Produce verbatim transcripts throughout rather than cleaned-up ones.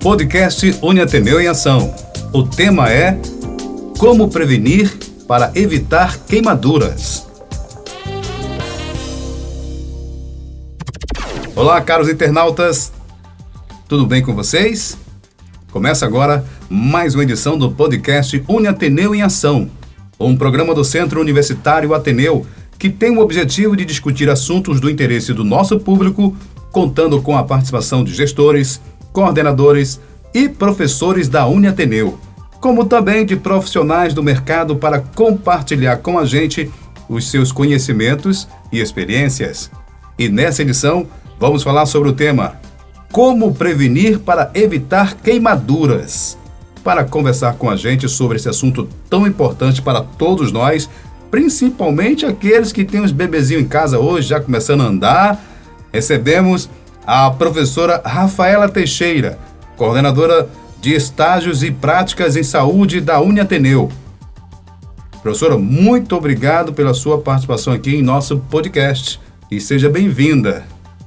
Podcast Uniateneu em Ação. O tema é Como prevenir para evitar queimaduras. Olá, caros internautas, tudo bem com vocês? Começa agora mais uma edição do podcast Uniateneu em Ação, um programa do Centro Universitário Ateneu que tem o objetivo de discutir assuntos do interesse do nosso público, contando com a participação de gestores, coordenadores e professores da Uniateneu, como também de profissionais do mercado para compartilhar com a gente os seus conhecimentos e experiências. E nessa edição, vamos falar sobre o tema Como prevenir para evitar queimaduras. Para conversar com a gente sobre esse assunto tão importante para todos nós, principalmente aqueles que têm os bebezinhos em casa hoje, já começando a andar, recebemos a professora Rafaela Teixeira, coordenadora de estágios e práticas em saúde da Uniateneu. Professora, muito obrigado pela sua participação aqui em nosso podcast e seja bem-vinda.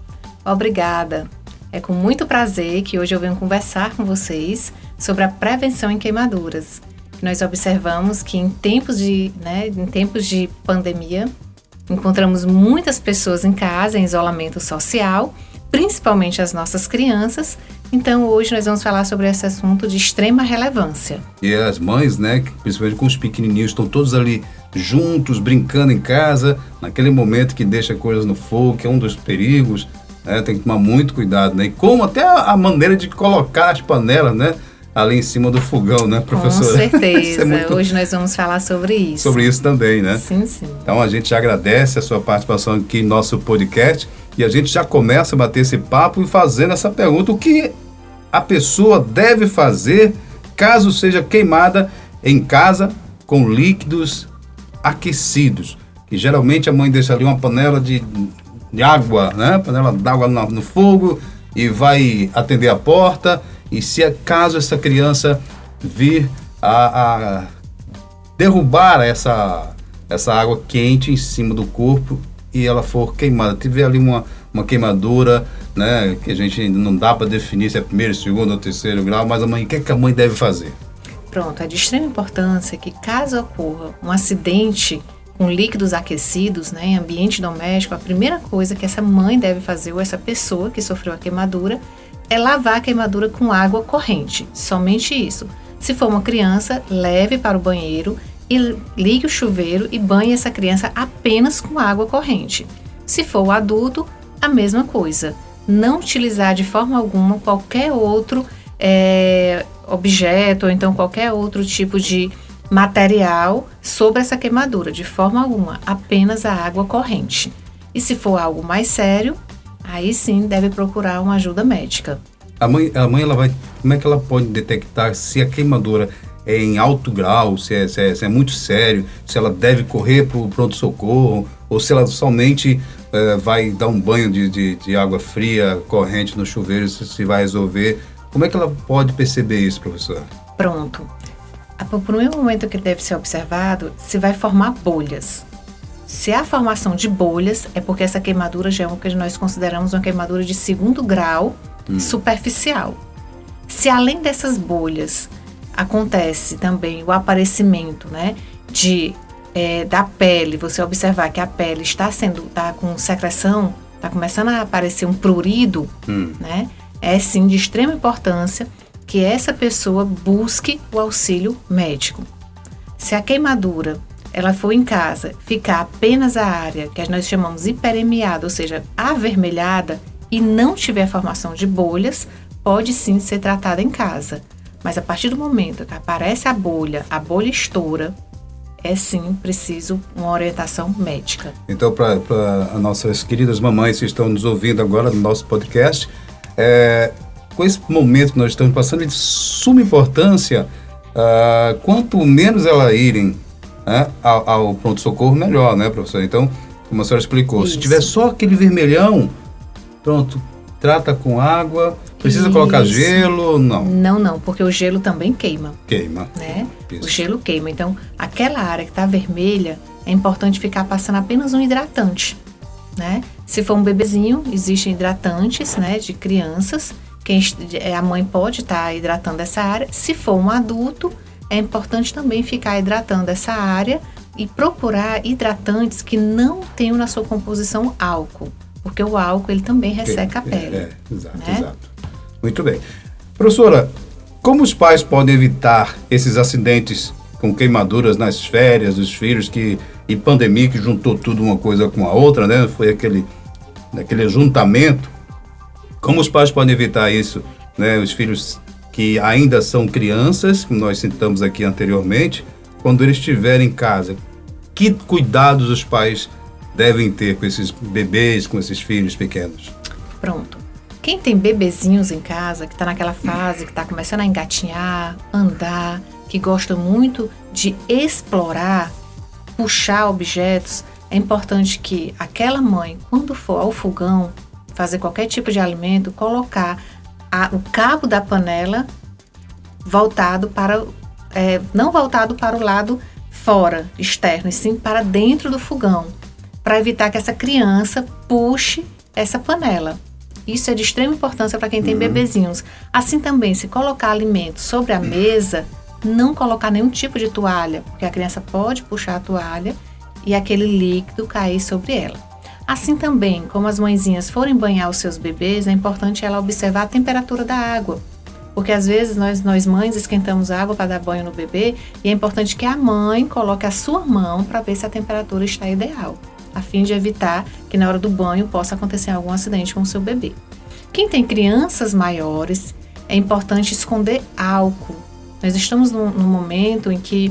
Obrigada. É com muito prazer que hoje eu venho conversar com vocês sobre a prevenção em queimaduras. Nós observamos que em tempos de, né, em tempos de pandemia, encontramos muitas pessoas em casa, em isolamento social, principalmente as nossas crianças. Então, hoje nós vamos falar sobre esse assunto de extrema relevância. E as mães, né, principalmente com os pequenininhos, estão todos ali juntos, brincando em casa, naquele momento que deixa coisas no fogo, que é um dos perigos, né, tem que tomar muito cuidado, né? E como até a maneira de colocar as panelas, né, ali em cima do fogão, né, professora? Com certeza. é muito... Hoje nós vamos falar sobre isso. Sobre isso também, né? Sim, sim. Então, a gente agradece a sua participação aqui em nosso podcast e a gente já começa a bater esse papo e fazendo essa pergunta. O que a pessoa deve fazer caso seja queimada em casa com líquidos aquecidos? Que geralmente a mãe deixa ali uma panela de, de água, né? Panela d'água no, no fogo e vai atender a porta. E se acaso essa criança vir a, a derrubar essa, essa água quente em cima do corpo e ela for queimada, tiver ali uma, uma queimadura, né, que a gente não dá para definir se é primeiro, segundo ou terceiro grau, mas a mãe, o que, é que a mãe deve fazer? Pronto, é de extrema importância que caso ocorra um acidente com líquidos aquecidos, né, em ambiente doméstico, a primeira coisa que essa mãe deve fazer, ou essa pessoa que sofreu a queimadura, é lavar a queimadura com água corrente, somente isso. Se for uma criança, leve para o banheiro e ligue o chuveiro e banhe essa criança apenas com água corrente. Se for o adulto, a mesma coisa. Não utilizar de forma alguma qualquer outro é, objeto ou então qualquer outro tipo de material sobre essa queimadura, de forma alguma, apenas a água corrente. E se for algo mais sério, aí sim deve procurar uma ajuda médica. A mãe, a mãe ela vai, como é que ela pode detectar se a queimadura é em alto grau, se é, se é, se é muito sério, se ela deve correr para o pronto-socorro, ou se ela somente é, vai dar um banho de, de, de água fria, corrente no chuveiro, se, se vai resolver? Como é que ela pode perceber isso, professora? Pronto. O primeiro momento que deve ser observado, se vai formar bolhas. Se há formação de bolhas, é porque essa queimadura já é o que nós consideramos uma queimadura de segundo grau hum. superficial. Se além dessas bolhas acontece também o aparecimento, né, de, é, da pele, você observar que a pele está sendo, está com secreção, está começando a aparecer um prurido, hum. né, é sim de extrema importância que essa pessoa busque o auxílio médico. Se a queimadura ela for em casa, ficar apenas a área que nós chamamos hiperemiada, ou seja, avermelhada, e não tiver formação de bolhas, pode sim ser tratada em casa. Mas a partir do momento que aparece a bolha, a bolha estoura, é sim preciso uma orientação médica. Então, para as nossas queridas mamães que estão nos ouvindo agora no nosso podcast, é, com esse momento que nós estamos passando, é de suma importância, uh, quanto menos elas irem, né, ao, ao pronto-socorro, melhor, né, professor? Então, como a senhora explicou, Isso. se tiver só aquele vermelhão, pronto, trata com água, precisa Isso. colocar gelo? Não. Não, não, porque o gelo também queima. Queima. Né? O gelo queima. Então, aquela área que está vermelha, é importante ficar passando apenas um hidratante, né? Se for um bebezinho, existem hidratantes, né, de crianças, quem, a mãe pode estar hidratando essa área. Se for um adulto, é importante também ficar hidratando essa área e procurar hidratantes que não tenham na sua composição álcool, porque o álcool ele também resseca a pele. É, é, exato, né? exato. Muito bem. Professora, como os pais podem evitar esses acidentes com queimaduras nas férias dos filhos que, e pandemia que juntou tudo uma coisa com a outra, né? Foi aquele, aquele juntamento. Como os pais podem evitar isso, né? Os filhos que ainda são crianças, como nós citamos aqui anteriormente, quando eles estiverem em casa, que cuidados os pais devem ter com esses bebês, com esses filhos pequenos? Pronto. Quem tem bebezinhos em casa, que está naquela fase, que está começando a engatinhar, andar, que gosta muito de explorar, puxar objetos, é importante que aquela mãe, quando for ao fogão, fazer qualquer tipo de alimento, colocar a, o cabo da panela voltado para, é, não voltado para o lado fora, externo, e sim para dentro do fogão, para evitar que essa criança puxe essa panela. Isso é de extrema importância para quem tem uhum. bebezinhos. Assim também, se colocar alimento sobre a mesa, não colocar nenhum tipo de toalha, porque a criança pode puxar a toalha e aquele líquido cair sobre ela. Assim também, como as mãezinhas forem banhar os seus bebês, é importante ela observar a temperatura da água, porque às vezes nós, nós mães esquentamos a água para dar banho no bebê e é importante que a mãe coloque a sua mão para ver se a temperatura está ideal, a fim de evitar que na hora do banho possa acontecer algum acidente com o seu bebê. Quem tem crianças maiores, é importante esconder álcool. Nós estamos num, num momento em que,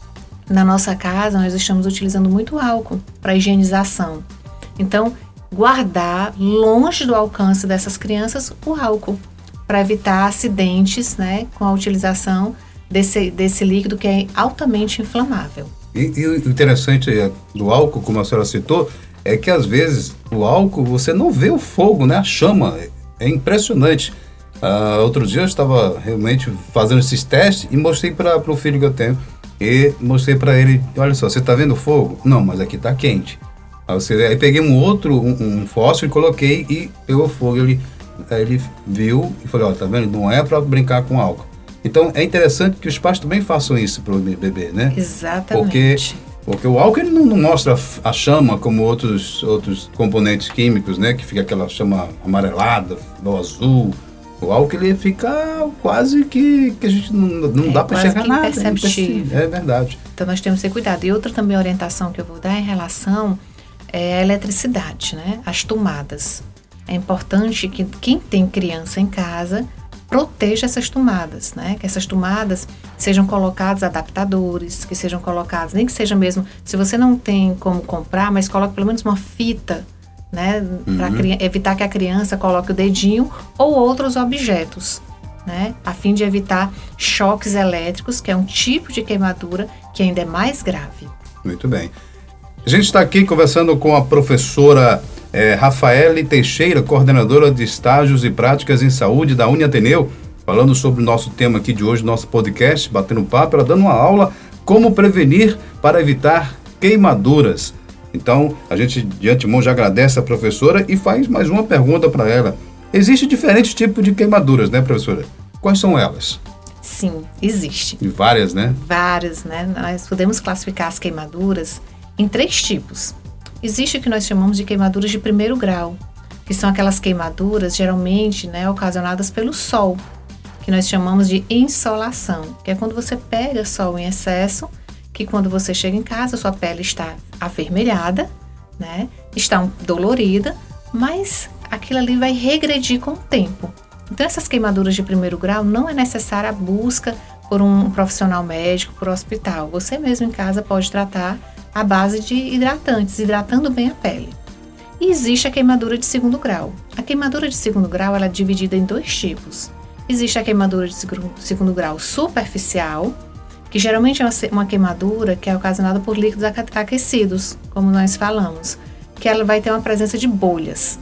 na nossa casa, nós estamos utilizando muito álcool para higienização. Então, guardar longe do alcance dessas crianças o álcool, para evitar acidentes, né, com a utilização desse, desse líquido que é altamente inflamável. E, e o interessante do álcool, como a senhora citou, é que às vezes o álcool, você não vê o fogo, né? A chama, é impressionante. Uh, outro dia eu estava realmente fazendo esses testes e mostrei para o filho que eu tenho. E mostrei para ele, olha só, você está vendo o fogo? Não, mas aqui está quente. Aí, você, aí peguei um outro, um, um fósforo e coloquei e pegou fogo. Ele, aí ele viu e falou, olha, tá vendo? Não é para brincar com álcool. Então, é interessante que os pais também façam isso para o bebê, né? Exatamente. Porque, porque o álcool ele não, não mostra a chama como outros, outros componentes químicos, né? Que fica aquela chama amarelada, ou azul. O álcool ele fica quase que, que a gente não, não é, dá para enxergar nada. Imperceptível. É verdade. Então, nós temos que ter cuidado. E outra também orientação que eu vou dar em relação é a eletricidade, né? As tomadas. É importante que quem tem criança em casa proteja essas tomadas, né? Que essas tomadas sejam colocados adaptadores, que sejam colocados, nem que seja mesmo, se você não tem como comprar, mas coloque pelo menos uma fita, né? Para uhum. evitar que a criança coloque o dedinho ou outros objetos, né? A fim de evitar choques elétricos, que é um tipo de queimadura que ainda é mais grave. Muito bem. A gente está aqui conversando com a professora É, Rafaele Teixeira, coordenadora de estágios e práticas em saúde da Uniateneu, falando sobre o nosso tema aqui de hoje, nosso podcast, Batendo Papo, ela dando uma aula como prevenir para evitar queimaduras. Então, a gente de antemão já agradece a professora e faz mais uma pergunta para ela. Existem diferentes tipos de queimaduras, né, professora? Quais são elas? Sim, existe. E várias, né? Várias, né? Nós podemos classificar as queimaduras em três tipos. Existe o que nós chamamos de queimaduras de primeiro grau, que são aquelas queimaduras geralmente, né, ocasionadas pelo sol, que nós chamamos de insolação, que é quando você pega sol em excesso, que quando você chega em casa, sua pele está avermelhada, né, está dolorida, mas aquilo ali vai regredir com o tempo. Então, essas queimaduras de primeiro grau não é necessária a busca por um profissional médico, por um hospital. Você mesmo em casa pode tratar à base de hidratantes, hidratando bem a pele. E existe a queimadura de segundo grau. A queimadura de segundo grau ela é dividida em dois tipos. Existe a queimadura de segundo grau superficial, que geralmente é uma queimadura que é ocasionada por líquidos aquecidos, como nós falamos, que ela vai ter uma presença de bolhas.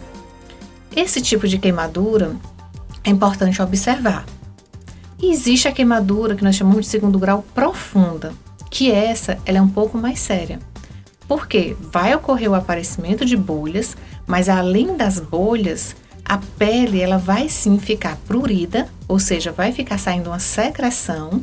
Esse tipo de queimadura é importante observar. E existe a queimadura que nós chamamos de segundo grau profunda, que essa ela é um pouco mais séria. Porque vai ocorrer o aparecimento de bolhas, mas além das bolhas, a pele ela vai sim ficar prurida, ou seja, vai ficar saindo uma secreção,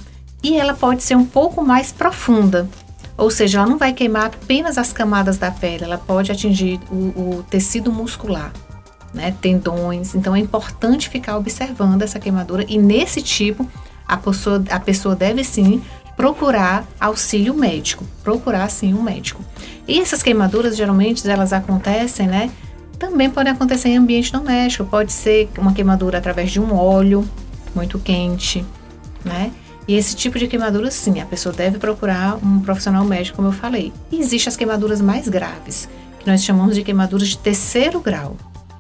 e ela pode ser um pouco mais profunda, ou seja, ela não vai queimar apenas as camadas da pele, ela pode atingir o, o tecido muscular, né, tendões. Então é importante ficar observando essa queimadura, e nesse tipo a pessoa, a pessoa deve sim procurar auxílio médico, procurar sim um médico. E essas queimaduras geralmente elas acontecem, né? Também podem acontecer em ambiente doméstico, pode ser uma queimadura através de um óleo muito quente, né? E esse tipo de queimadura, sim, a pessoa deve procurar um profissional médico, como eu falei. E existem as queimaduras mais graves, que nós chamamos de queimaduras de terceiro grau.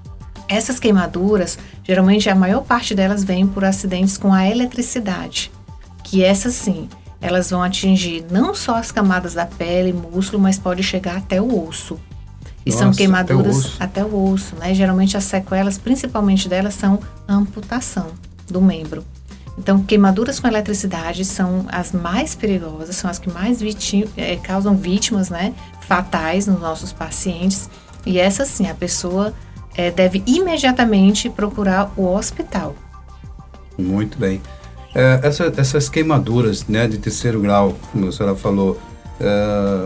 Essas queimaduras, geralmente a maior parte delas vem por acidentes com a eletricidade, que essas sim, elas vão atingir não só as camadas da pele, músculo, mas pode chegar até o osso. E Nossa, são queimaduras até o, até o osso, né? Geralmente as sequelas, principalmente delas, são a amputação do membro. Então, queimaduras com eletricidade são as mais perigosas, são as que mais vitim, é, causam vítimas, né, fatais nos nossos pacientes. E essa sim, a pessoa é, deve imediatamente procurar o hospital. Muito bem. É, essa, essas queimaduras, né, de terceiro grau, como a senhora falou, é,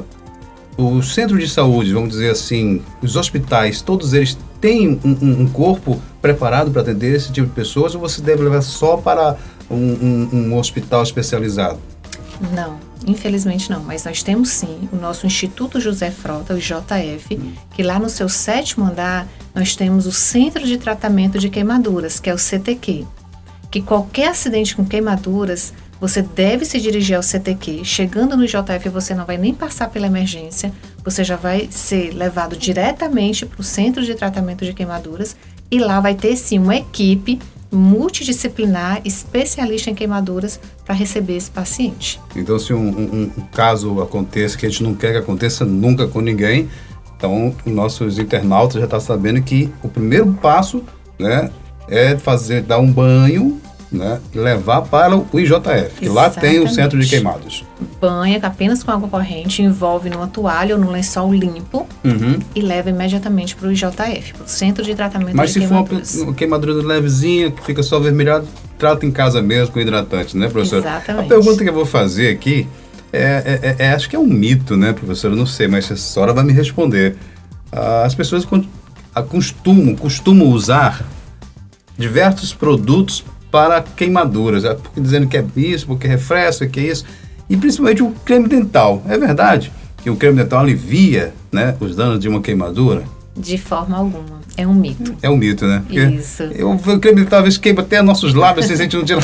o centro de saúde, vamos dizer assim, os hospitais, todos eles têm um, um, um corpo preparado para atender esse tipo de pessoas, ou você deve levar só para um, um, um hospital especializado? Não, infelizmente não, mas nós temos sim o nosso Instituto José Frota, o J F, que lá no seu sétimo andar nós temos o Centro de Tratamento de Queimaduras, que é o C T Q, que qualquer acidente com queimaduras, você deve se dirigir ao C T Q. Chegando no J F, você não vai nem passar pela emergência, você já vai ser levado diretamente para o Centro de Tratamento de Queimaduras, e lá vai ter sim uma equipe multidisciplinar, especialista em queimaduras, para receber esse paciente. Então, se um, um, um caso aconteça, que a gente não quer que aconteça nunca com ninguém, então nossos internautas já estão sabendo que o primeiro passo, né, é fazer, dar um banho, né, e levar para o I J F, que Exatamente. Lá tem o centro de queimados. Banha apenas com água corrente, envolve numa toalha ou num lençol limpo, uhum. e leva imediatamente para o I J F, para o Centro de Tratamento Mas de Queimaduras. Mas se for uma queimadura levezinha, que fica só avermelhado, trata em casa mesmo com hidratante, né, professor? Exatamente. A pergunta que eu vou fazer aqui, é, é, é, acho que é um mito, né, professor? Eu não sei, mas a senhora vai me responder. Ah, as pessoas costumam, costumam usar diversos produtos para queimaduras, é, porque dizendo que é isso, porque refresca, que é isso, e principalmente o creme dental. É verdade que o creme dental alivia, né, os danos de uma queimadura? De forma alguma, é um mito. É um mito, né? Porque isso. Eu, o creme dental às vezes queima até nossos lábios, se a gente não tira.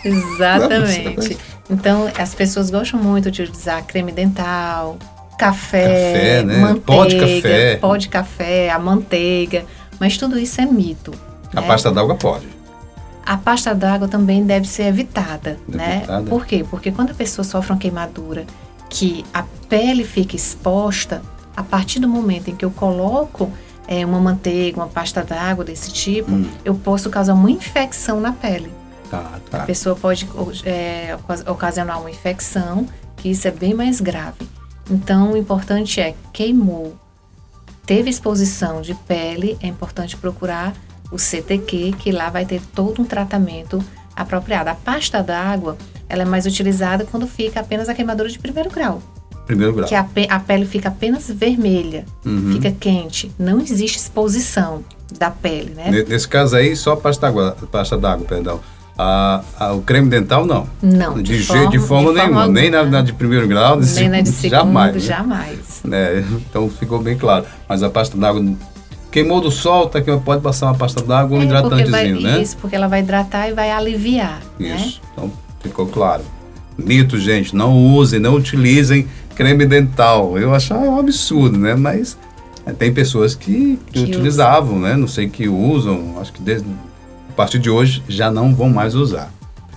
Exatamente. Então, as pessoas gostam muito de usar creme dental, café, café, né? manteiga, pó de café. pó de café, a manteiga, mas tudo isso é mito. A né? pasta d'água pode. A pasta d'água também deve ser evitada, né? Evitada. Por quê? Porque quando a pessoa sofre uma queimadura, que a pele fica exposta, a partir do momento em que eu coloco é, uma manteiga, uma pasta d'água desse tipo, hum. eu posso causar uma infecção na pele. Tá, tá. A pessoa pode é, ocasionar uma infecção, que isso é bem mais grave. Então, o importante é, queimou, teve exposição de pele, é importante procurar o C T Q, que lá vai ter todo um tratamento apropriado. A pasta d'água, ela é mais utilizada quando fica apenas a queimadura de primeiro grau. Primeiro grau. Que a, pe- a pele fica apenas vermelha, uhum. fica quente, não existe exposição da pele, né? Nesse caso aí, só pasta d'água, pasta d'água, perdão. A, a, o creme dental, não. Não, de, de, de forma, de forma de nenhuma, forma nem na, na de primeiro grau, de nem segundo, na de segundo, jamais. Né? jamais. É, então ficou bem claro. Mas a pasta d'água, queimou do sol, tá, que pode passar uma pasta d'água, um é, hidratantezinho, vai, né? Isso, porque ela vai hidratar e vai aliviar, Isso, né? Então ficou claro. Mito, gente, não usem, não utilizem creme dental. Eu achava um absurdo, né? Mas é, tem pessoas que, que, que utilizavam, usa. né? Não sei que usam, acho que desde, a partir de hoje já não vão mais usar.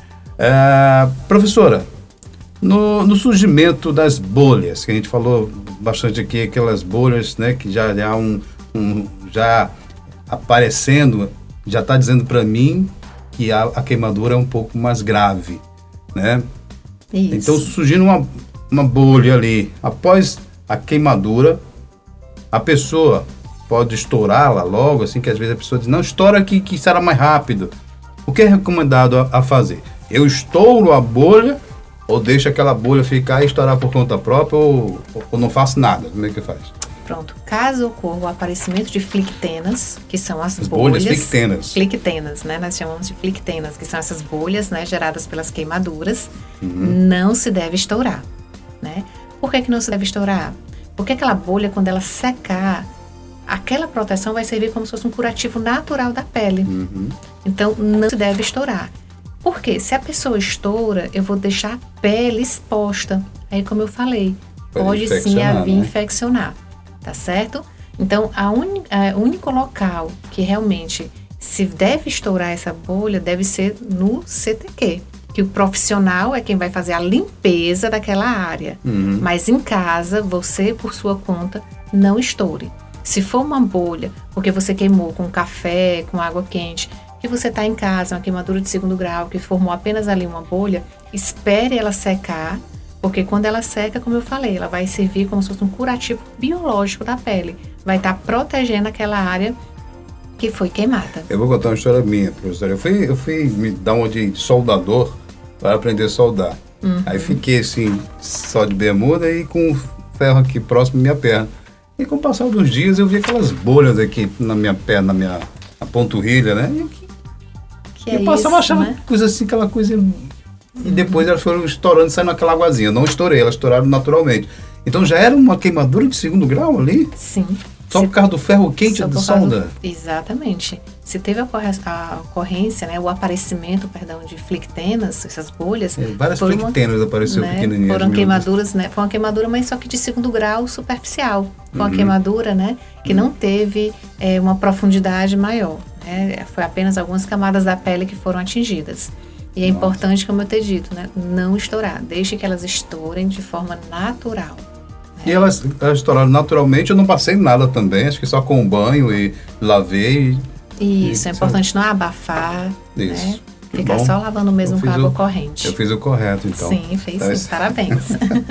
É, professora, no, no surgimento das bolhas, que a gente falou bastante aqui, aquelas bolhas, né, que já há um, um já aparecendo, já está dizendo para mim que a, a queimadura é um pouco mais grave, né? Isso. Então, surgindo uma, uma bolha ali, após a queimadura, a pessoa pode estourá-la logo, assim, que às vezes a pessoa diz, não, estoura que, que será mais rápido. O que é recomendado a, a fazer? Eu estouro a bolha ou deixo aquela bolha ficar e estourar por conta própria ou, ou não faço nada? Como é que faz? Pronto, caso ocorra o aparecimento de flictenas, que são as, as bolhas... bolhas flictenas. Flictenas, né? Nós chamamos de flictenas, que são essas bolhas, né, geradas pelas queimaduras, uhum. não se deve estourar, né? Por que que não se deve estourar? Porque aquela bolha, quando ela secar, aquela proteção vai servir como se fosse um curativo natural da pele. Uhum. Então, não se deve estourar. Por quê? Se a pessoa estoura, eu vou deixar a pele exposta. Aí, como eu falei, pode, pode sim haver, né? infeccionar. Tá certo? Então, a un... a, o único local que realmente se deve estourar essa bolha deve ser no C T Q. Que o profissional é quem vai fazer a limpeza daquela área. Uhum. Mas em casa, você, por sua conta, não estoure. Se for uma bolha, porque você queimou com café, com água quente, que você está em casa, uma queimadura de segundo grau, que formou apenas ali uma bolha, espere ela secar, porque quando ela seca, como eu falei, ela vai servir como se fosse um curativo biológico da pele. Vai estar tá protegendo aquela área que foi queimada. Eu vou contar uma história minha, professora. Eu fui, eu fui me dar uma de soldador para aprender a soldar. Uhum. Aí fiquei assim, só de bermuda e com o ferro aqui próximo da minha perna. E com o passar dos dias eu vi aquelas bolhas aqui na minha perna, na minha na panturrilha, né? E que, que eu é passava, isso, achava né? coisa assim, aquela coisa... E depois elas foram estourando, saindo aquela aguazinha. Eu não estourei, elas estouraram naturalmente. Então já era uma queimadura de segundo grau ali? Sim. Só Se, por causa do ferro quente do solda? Do, exatamente. Se teve a, a ocorrência, né, o aparecimento, perdão, de flictenas, essas bolhas... É, várias flictenas uma, apareceram né, pequenininhas. Foram queimaduras, né? Foi uma queimadura, mas só que de segundo grau superficial. Foi uma uhum. queimadura, né, que uhum. não teve é, uma profundidade maior. Né? Foi apenas algumas camadas da pele que foram atingidas. E é Nossa. importante, como eu ter dito, né, não estourar. Deixe que elas estourem de forma natural. E elas, elas estouraram naturalmente, eu não passei nada também, acho que só com banho e lavei. E, Isso, e, é importante sabe? não abafar, Isso. né? Ficar Bom, só lavando mesmo com água corrente. Eu fiz o correto, então. Sim, fez então, sim, parabéns.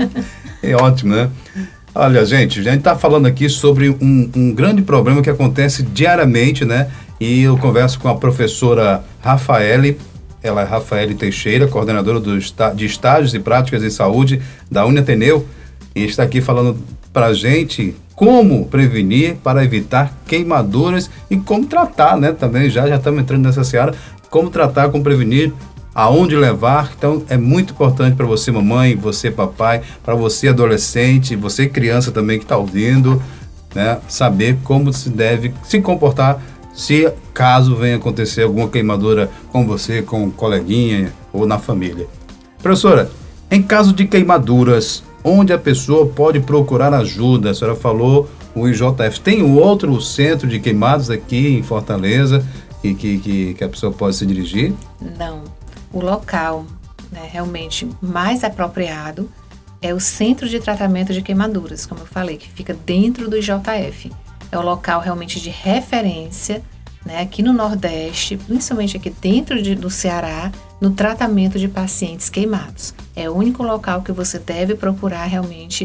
É ótimo, né? Olha, gente, a gente está falando aqui sobre um, um grande problema que acontece diariamente, né? E eu converso com a professora Rafaele, ela é Rafaele Teixeira, coordenadora do, de estágios e práticas em saúde da Uniateneu, e está aqui falando para a gente como prevenir para evitar queimaduras e como tratar, né? Também já, já estamos entrando nessa seara, como tratar, como prevenir, aonde levar. Então, é muito importante para você, mamãe, você, papai, para você, adolescente, você, criança também que está ouvindo, né? Saber como se deve se comportar se caso venha acontecer alguma queimadura com você, com um coleguinha ou na família. Professora, em caso de queimaduras, onde a pessoa pode procurar ajuda? A senhora falou o I J F. Tem um outro centro de queimados aqui em Fortaleza e que, que, que a pessoa pode se dirigir? Não. O local, né, realmente mais apropriado é o Centro de Tratamento de Queimaduras, como eu falei, que fica dentro do I J F. É o local realmente de referência, né, aqui no Nordeste, principalmente aqui dentro de, do Ceará, no tratamento de pacientes queimados. É o único local que você deve procurar realmente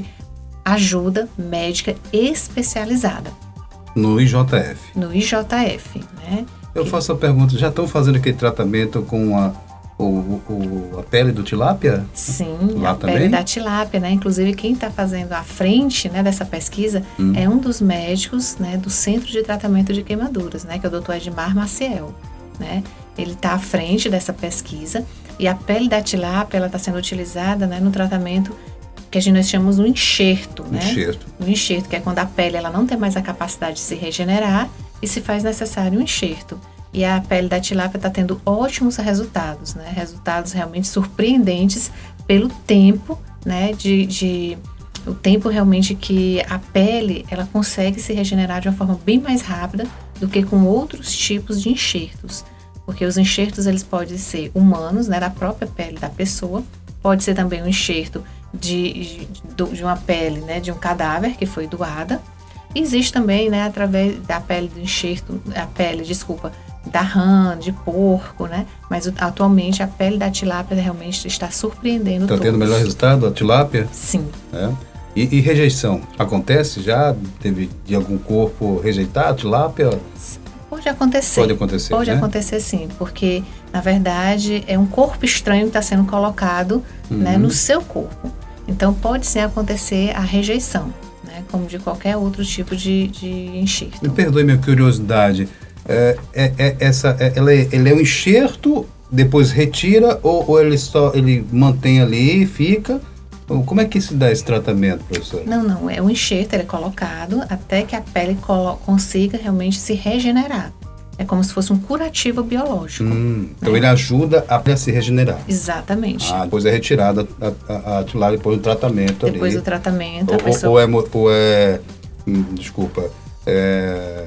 ajuda médica especializada. No I J F? No I J F, né? Eu que... faço a pergunta, já estão fazendo aquele tratamento com a, o, o, a pele do tilápia? Sim, Lá a também? pele da tilápia, né? Inclusive, quem está fazendo à frente, né, dessa pesquisa hum. é um dos médicos, né, do Centro de Tratamento de Queimaduras, né, que é o doutor Edmar Maciel, né? Ele está à frente dessa pesquisa e a pele da tilápia, ela está sendo utilizada, né, no tratamento que a gente nós chamamos de enxerto, né? Enxerto. O enxerto, que é quando a pele ela não tem mais a capacidade de se regenerar e se faz necessário um enxerto. E a pele da tilápia está tendo ótimos resultados, né? Resultados realmente surpreendentes pelo tempo, né? De, de, o tempo realmente que a pele ela consegue se regenerar de uma forma bem mais rápida do que com outros tipos de enxertos. Porque os enxertos eles podem ser humanos, né? Da própria pele da pessoa. Pode ser também um enxerto de, de, de uma pele, né? De um cadáver que foi doada. Existe também, né? Através da pele do enxerto, a pele, desculpa, da rã, de porco, né? Mas atualmente a pele da tilápia realmente está surpreendendo todos. Está tendo melhor resultado a tilápia? Sim. É. E, e rejeição? Acontece já? Teve de algum corpo rejeitado, tilápia? Pode acontecer. Pode acontecer, Pode né? acontecer sim, porque, na verdade, é um corpo estranho que está sendo colocado uhum. né, no seu corpo. Então, pode sim acontecer a rejeição, né, como de qualquer outro tipo de, de enxerto. Me perdoe minha curiosidade. É, é, é, essa, é, ela é, ele é um enxerto, depois retira, ou, ou ele só ele mantém ali e fica? Como é que se dá esse tratamento, professor? Não, não. É um enxerto, ele é colocado até que a pele colo- consiga realmente se regenerar. É como se fosse um curativo biológico. Hum, né? Então ele ajuda a pele a se regenerar. Exatamente. Ah, depois é retirada a, a, a tilápia, depois do tratamento depois ali. Depois do tratamento, a pessoa... Ou é... Ou é hum, desculpa... É...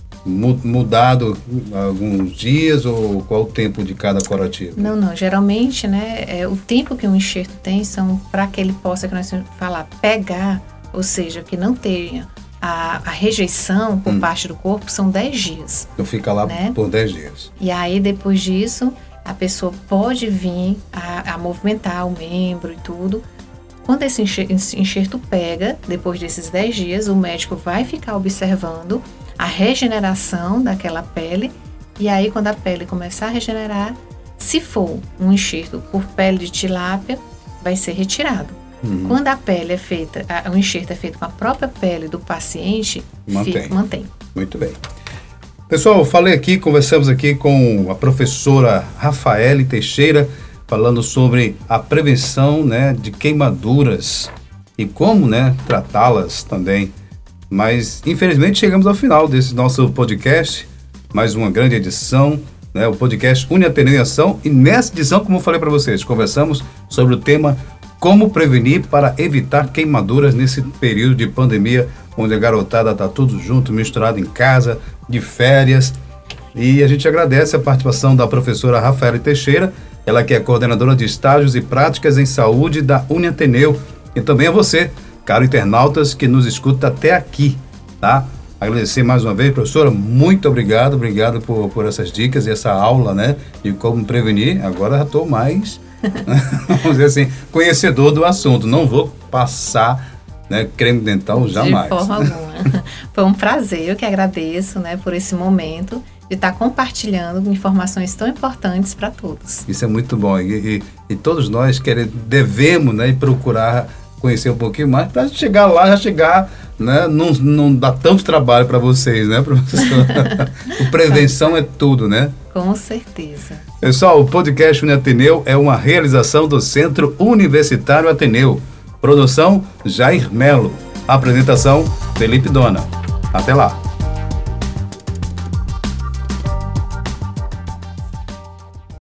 mudado alguns dias ou qual o tempo de cada curativo? Não, não. Geralmente, né, é, o tempo que um enxerto tem são para que ele possa, que nós falar, pegar, ou seja, que não tenha a, a rejeição por hum. parte do corpo, são dez dias. Então fica lá né? por dez dias. E aí, depois disso, a pessoa pode vir a, a movimentar o membro e tudo. Quando esse enxerto pega, depois desses dez dias, o médico vai ficar observando a regeneração daquela pele, e aí quando a pele começar a regenerar, se for um enxerto por pele de tilápia, vai ser retirado. Uhum. Quando a pele é feita, o enxerto é feito com a própria pele do paciente, mantém. Fica, mantém. Muito bem. Pessoal, falei aqui, conversamos aqui com a professora Rafaele Teixeira, falando sobre a prevenção, né, de queimaduras e como, né, tratá-las também. Mas, infelizmente, chegamos ao final desse nosso podcast, mais uma grande edição, né, o podcast Uniateneu em Ação. E nessa edição, como eu falei para vocês, conversamos sobre o tema como prevenir para evitar queimaduras nesse período de pandemia, onde a garotada está tudo junto, misturado em casa, de férias. E a gente agradece a participação da professora Rafaele Teixeira, ela que é coordenadora de estágios e práticas em saúde da Uniateneu. E também a você, caro internautas que nos escuta até aqui, tá? Agradecer mais uma vez, professora, muito obrigado, obrigado por, por essas dicas e essa aula, né, de como prevenir. Agora já estou mais, vamos dizer assim, conhecedor do assunto. Não vou passar, né, creme dental jamais. De forma alguma. Foi um prazer, eu que agradeço, né, por esse momento de estar compartilhando informações tão importantes para todos. Isso é muito bom e, e, e todos nós queremos, devemos, né, procurar conhecer um pouquinho mais para chegar lá, já chegar, né, não, não dá tanto trabalho para vocês, né, professor? O prevenção é tudo, né? Com certeza. Pessoal, o podcast Uniateneu é uma realização do Centro Universitário Ateneu. Produção Jair Melo. Apresentação Felipe Dona. Até lá.